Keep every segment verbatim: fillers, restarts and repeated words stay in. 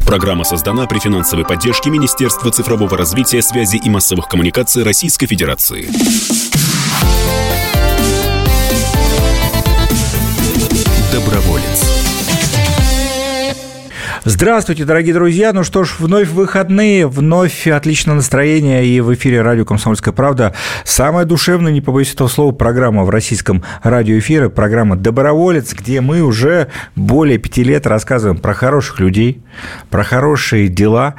Программа создана при финансовой поддержке Министерства цифрового развития, связи и массовых коммуникаций Российской Федерации. Доброволец. Здравствуйте, дорогие друзья. Ну что ж, вновь выходные, вновь отличное настроение. И в эфире радио «Комсомольская правда» самая душевная, не побоюсь этого слова, программа в российском радиоэфире, программа «Доброволец», где мы уже более пяти лет рассказываем про хороших людей, про хорошие дела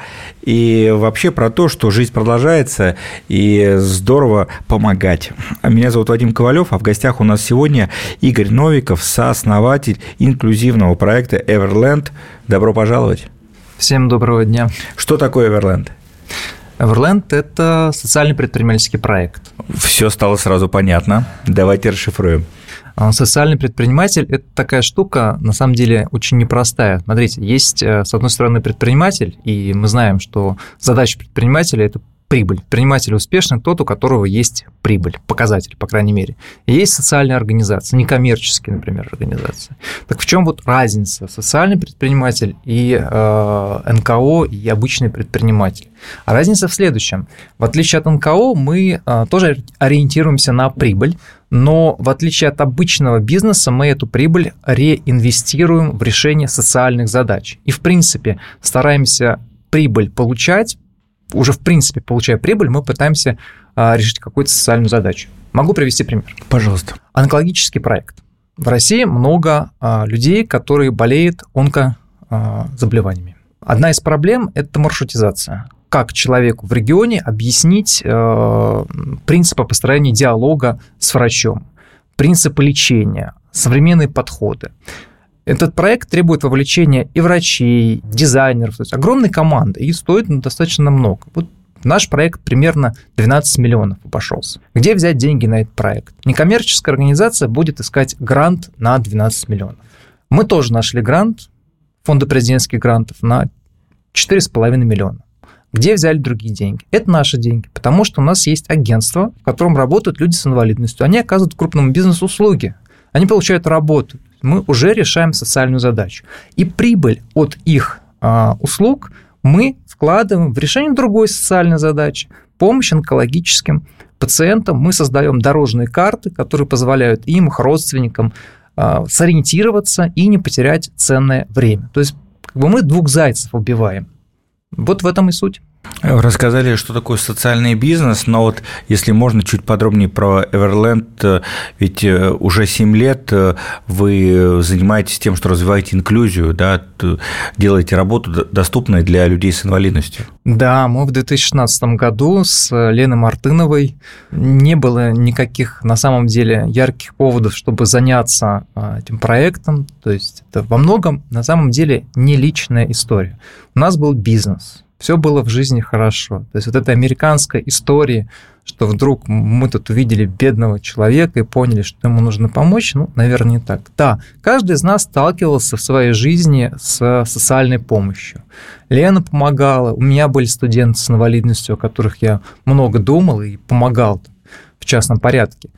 и вообще про то, что жизнь продолжается и здорово помогать. Меня зовут Вадим Ковалев, а в гостях у нас сегодня Игорь Новиков, сооснователь инклюзивного проекта Everland. Добро пожаловать. Всем доброго дня. Что такое Everland? Everland – это социальный предпринимательский проект. Все стало сразу понятно. Давайте расшифруем. Социальный предприниматель – это такая штука, на самом деле, очень непростая. Смотрите, есть, с одной стороны, предприниматель, и мы знаем, что задача предпринимателя – это прибыль. Предприниматель успешный тот, у которого есть прибыль, показатель, по крайней мере. И есть социальная организация, некоммерческие, например, организации. Так в чем вот разница социальный предприниматель и э, эн ка о и обычный предприниматель? А разница в следующем. В отличие от эн ка о мы э, тоже ориентируемся на прибыль, но в отличие от обычного бизнеса мы эту прибыль реинвестируем в решение социальных задач. И, в принципе, стараемся прибыль получать. Уже, в принципе, получая прибыль, мы пытаемся а, решить какую-то социальную задачу. Могу привести пример. Пожалуйста. Онкологический проект. В России много а, людей, которые болеют онкозаболеваниями. Одна из проблем – это маршрутизация. Как человеку в регионе объяснить а, принципы построения диалога с врачом, принципы лечения, современные подходы. Этот проект требует вовлечения и врачей, дизайнеров, то есть огромной команды, и стоит достаточно много. Вот наш проект примерно двенадцать миллионов обошелся. Где взять деньги на этот проект? Некоммерческая организация будет искать грант на двенадцать миллионов. Мы тоже нашли грант, фонда президентских грантов, на четыре с половиной миллиона. Где взяли другие деньги? Это наши деньги, потому что у нас есть агентство, в котором работают люди с инвалидностью. Они оказывают крупному бизнесу услуги, они получают работу. Мы уже решаем социальную задачу. И прибыль от их а, услуг мы вкладываем в решение другой социальной задачи. Помощь онкологическим пациентам. Мы создаем дорожные карты, которые позволяют им, их родственникам а, сориентироваться и не потерять ценное время. То есть как бы мы двух зайцев убиваем. Вот в этом и суть. Рассказали, что такое социальный бизнес, но вот если можно чуть подробнее про Everland, ведь уже семь лет вы занимаетесь тем, что развиваете инклюзию, да, делаете работу доступной для людей с инвалидностью. Да, мы в две тысячи шестнадцатом году с Леной Мартыновой, не было никаких на самом деле ярких поводов, чтобы заняться этим проектом, то есть это во многом на самом деле не личная история. У нас был бизнес. Все было в жизни хорошо. То есть вот эта американская история, что вдруг мы тут увидели бедного человека и поняли, что ему нужно помочь, ну, наверное, не так. Да, каждый из нас сталкивался в своей жизни с социальной помощью. Лена помогала, у меня были студенты с инвалидностью, о которых я много думал и помогал в частном порядке.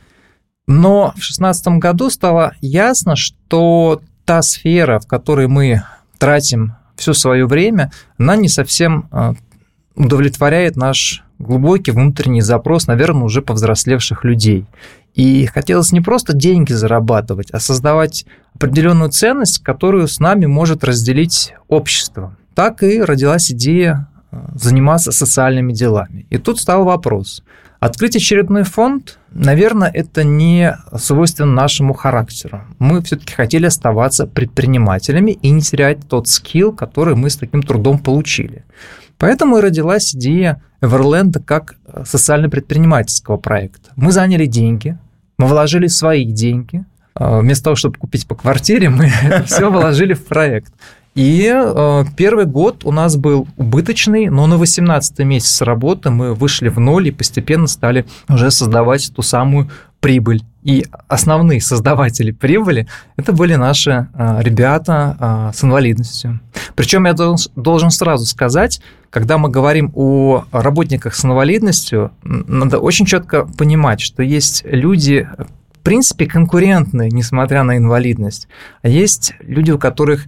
Но в две тысячи шестнадцатом году стало ясно, что та сфера, в которой мы тратим все свое время, она не совсем удовлетворяет наш глубокий внутренний запрос, наверное, уже повзрослевших людей. И хотелось не просто деньги зарабатывать, а создавать определенную ценность, которую с нами может разделить общество. Так и родилась идея заниматься социальными делами. И тут стал вопрос. Открыть очередной фонд, наверное, это не свойственно нашему характеру. Мы все-таки хотели оставаться предпринимателями и не терять тот скилл, который мы с таким трудом получили. Поэтому и родилась идея Everland как социально-предпринимательского проекта. Мы заняли деньги, мы вложили свои деньги. Вместо того, чтобы купить по квартире, мы все вложили в проект. И э, первый год у нас был убыточный, но на восемнадцатый месяц работы мы вышли в ноль и постепенно стали уже создавать ту самую прибыль. И основные создаватели прибыли – это были наши э, ребята э, с инвалидностью. Причем я должен, должен сразу сказать, когда мы говорим о работниках с инвалидностью, надо очень четко понимать, что есть люди, в принципе, конкурентные, несмотря на инвалидность, а есть люди, у которых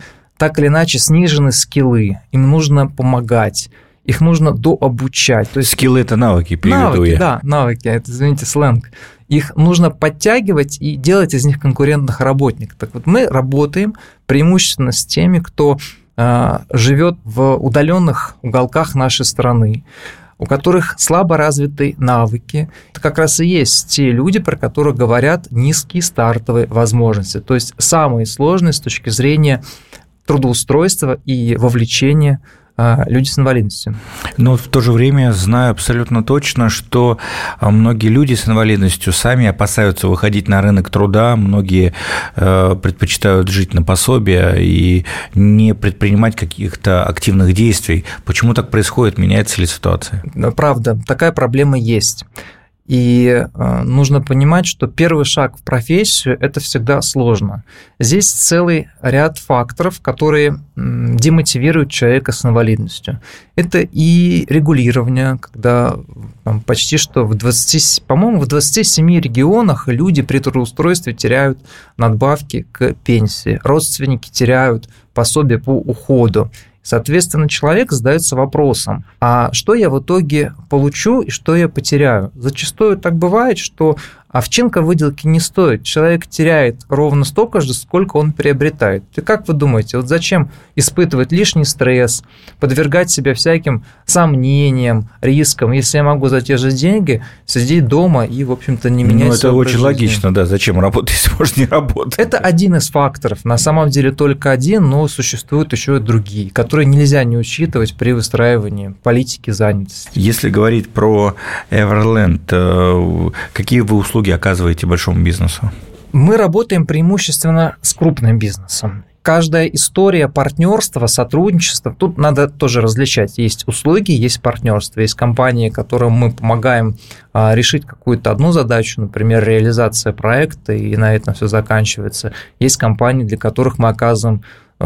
так или иначе снижены скиллы, им нужно помогать, их нужно дообучать. То есть скиллы – это навыки, переведу навыки, я. Да, навыки, это, извините, сленг. Их нужно подтягивать и делать из них конкурентных работников. Так вот, мы работаем преимущественно с теми, кто э, живет в удаленных уголках нашей страны, у которых слабо развиты навыки. Это как раз и есть те люди, про которых говорят низкие стартовые возможности, то есть самые сложные с точки зрения трудоустройства и вовлечения люди с инвалидностью. Но в то же время знаю абсолютно точно, что многие люди с инвалидностью сами опасаются выходить на рынок труда, многие предпочитают жить на пособие и не предпринимать каких-то активных действий. Почему так происходит? Меняется ли ситуация? Правда, такая проблема есть. И нужно понимать, что первый шаг в профессию – это всегда сложно. Здесь целый ряд факторов, которые демотивируют человека с инвалидностью. Это и регулирование, когда там, почти что в двадцати, по-моему, в двадцати семи регионах люди при трудоустройстве теряют надбавки к пенсии, родственники теряют пособие по уходу. Соответственно, человек задается вопросом, а что я в итоге получу и что я потеряю? Зачастую так бывает, что овчинка выделки не стоит. Человек теряет ровно столько же, сколько он приобретает. И как вы думаете, вот зачем испытывать лишний стресс, подвергать себя всяким сомнениям, рискам, если я могу за те же деньги сидеть дома и, в общем-то, не менять Ну, это очень жизни? Логично, да. Зачем работать, если можно не работать? Это один из факторов. На самом деле только один, но существуют еще и другие, которые нельзя не учитывать при выстраивании политики занятости. Если говорить про Everland, какие вы услуги оказываете большому бизнесу? Мы работаем преимущественно с крупным бизнесом. Каждая история партнерства, сотрудничества, тут надо тоже различать. Есть услуги, есть партнерство, есть компании, которым мы помогаем решить какую-то одну задачу, например, реализация проекта, и на этом все заканчивается. Есть компании, для которых мы оказываем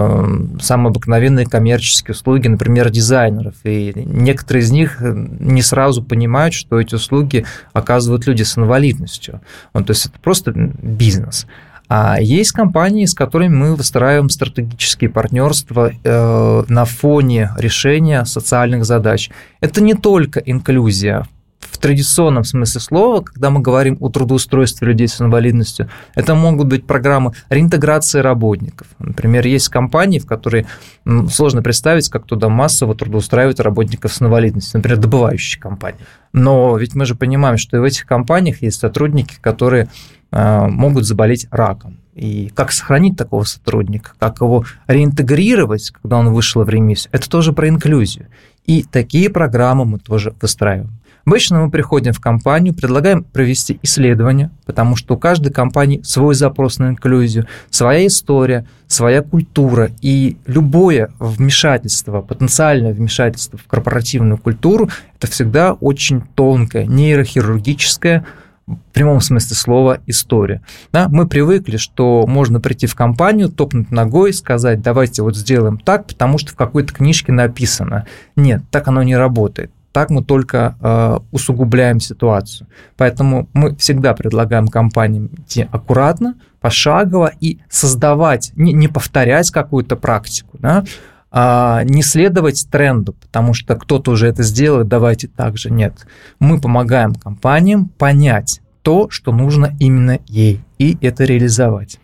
самые обыкновенные коммерческие услуги, например, дизайнеров. И некоторые из них не сразу понимают, что эти услуги оказывают люди с инвалидностью. То есть это просто бизнес. А есть компании, с которыми мы выстраиваем стратегические партнерства на фоне решения социальных задач. Это не только инклюзия в традиционном смысле слова, когда мы говорим о трудоустройстве людей с инвалидностью, это могут быть программы реинтеграции работников. Например, есть компании, в которые сложно представить, как туда массово трудоустраивают работников с инвалидностью, например, добывающие компании. Но ведь мы же понимаем, что и в этих компаниях есть сотрудники, которые могут заболеть раком. И как сохранить такого сотрудника, как его реинтегрировать, когда он вышел в ремиссию, это тоже про инклюзию. И такие программы мы тоже выстраиваем. Обычно мы приходим в компанию, предлагаем провести исследование, потому что у каждой компании свой запрос на инклюзию, своя история, своя культура, и любое вмешательство, потенциальное вмешательство в корпоративную культуру – это всегда очень тонкая, нейрохирургическая, в прямом смысле слова, история. Да, мы привыкли, что можно прийти в компанию, топнуть ногой, сказать, давайте вот сделаем так, потому что в какой-то книжке написано. Нет, так оно не работает. Так мы только э, усугубляем ситуацию. Поэтому мы всегда предлагаем компаниям идти аккуратно, пошагово и создавать, не, не повторять какую-то практику, да, а не следовать тренду, потому что кто-то уже это сделает, давайте так же. Нет. Мы помогаем компаниям понять то, что нужно именно ей, и это реализовать.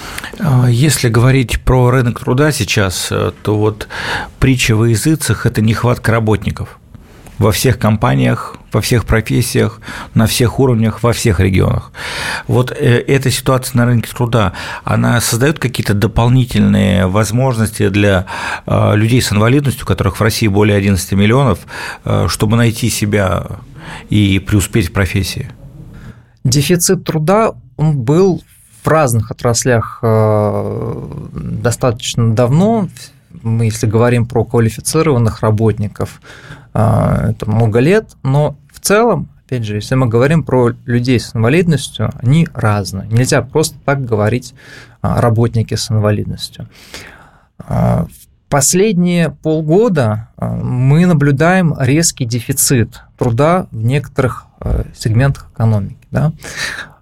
Если говорить про рынок труда сейчас, то вот притча во языцах – это нехватка работников. Во всех компаниях, во всех профессиях, на всех уровнях, во всех регионах. Вот эта ситуация на рынке труда, она создает какие-то дополнительные возможности для людей с инвалидностью, у которых в России более одиннадцати миллионов, чтобы найти себя и преуспеть в профессии? Дефицит труда, он был в разных отраслях достаточно давно. Мы, если говорим про квалифицированных работников, это много лет, но в целом, опять же, если мы говорим про людей с инвалидностью, они разные. Нельзя просто так говорить работники с инвалидностью. В последние полгода мы наблюдаем резкий дефицит труда в некоторых сегментах экономики. Да?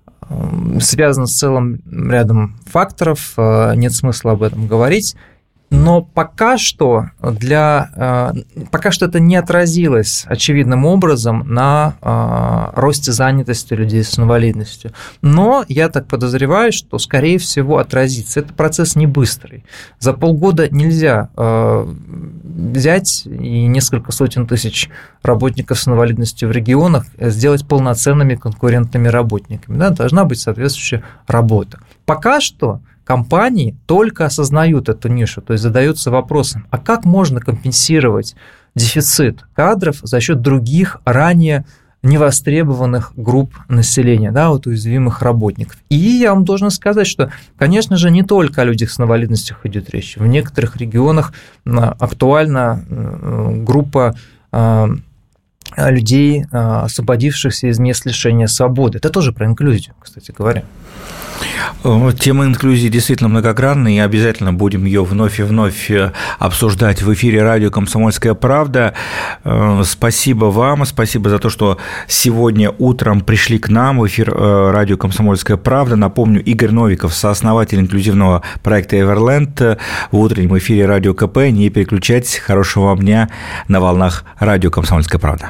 Связано с целым рядом факторов, нет смысла об этом говорить. Но пока что, для, пока что это не отразилось очевидным образом на росте занятости людей с инвалидностью. Но я так подозреваю, что, скорее всего, отразится. Это процесс не быстрый. За полгода нельзя взять и несколько сотен тысяч работников с инвалидностью в регионах сделать полноценными конкурентными работниками. Да, должна быть соответствующая работа. Пока что компании только осознают эту нишу, то есть задаются вопросом, а как можно компенсировать дефицит кадров за счет других ранее невостребованных групп населения, да, вот уязвимых работников. И я вам должен сказать, что, конечно же, не только о людях с инвалидностью идет речь. В некоторых регионах актуальна группа людей, освободившихся из мест лишения свободы. Это тоже про инклюзию, кстати говоря. Тема инклюзии действительно многогранная, и обязательно будем ее вновь и вновь обсуждать в эфире радио «Комсомольская правда». Спасибо вам, спасибо за то, что сегодня утром пришли к нам в эфир радио «Комсомольская правда». Напомню, Игорь Новиков, сооснователь инклюзивного проекта «Эверленд», в утреннем эфире радио ка пэ. Не переключайтесь, хорошего вам дня на волнах радио «Комсомольская правда».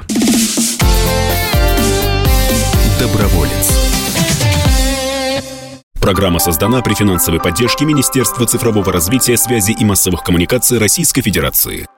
Доброволец. Программа создана при финансовой поддержке Министерства цифрового развития, связи и массовых коммуникаций Российской Федерации.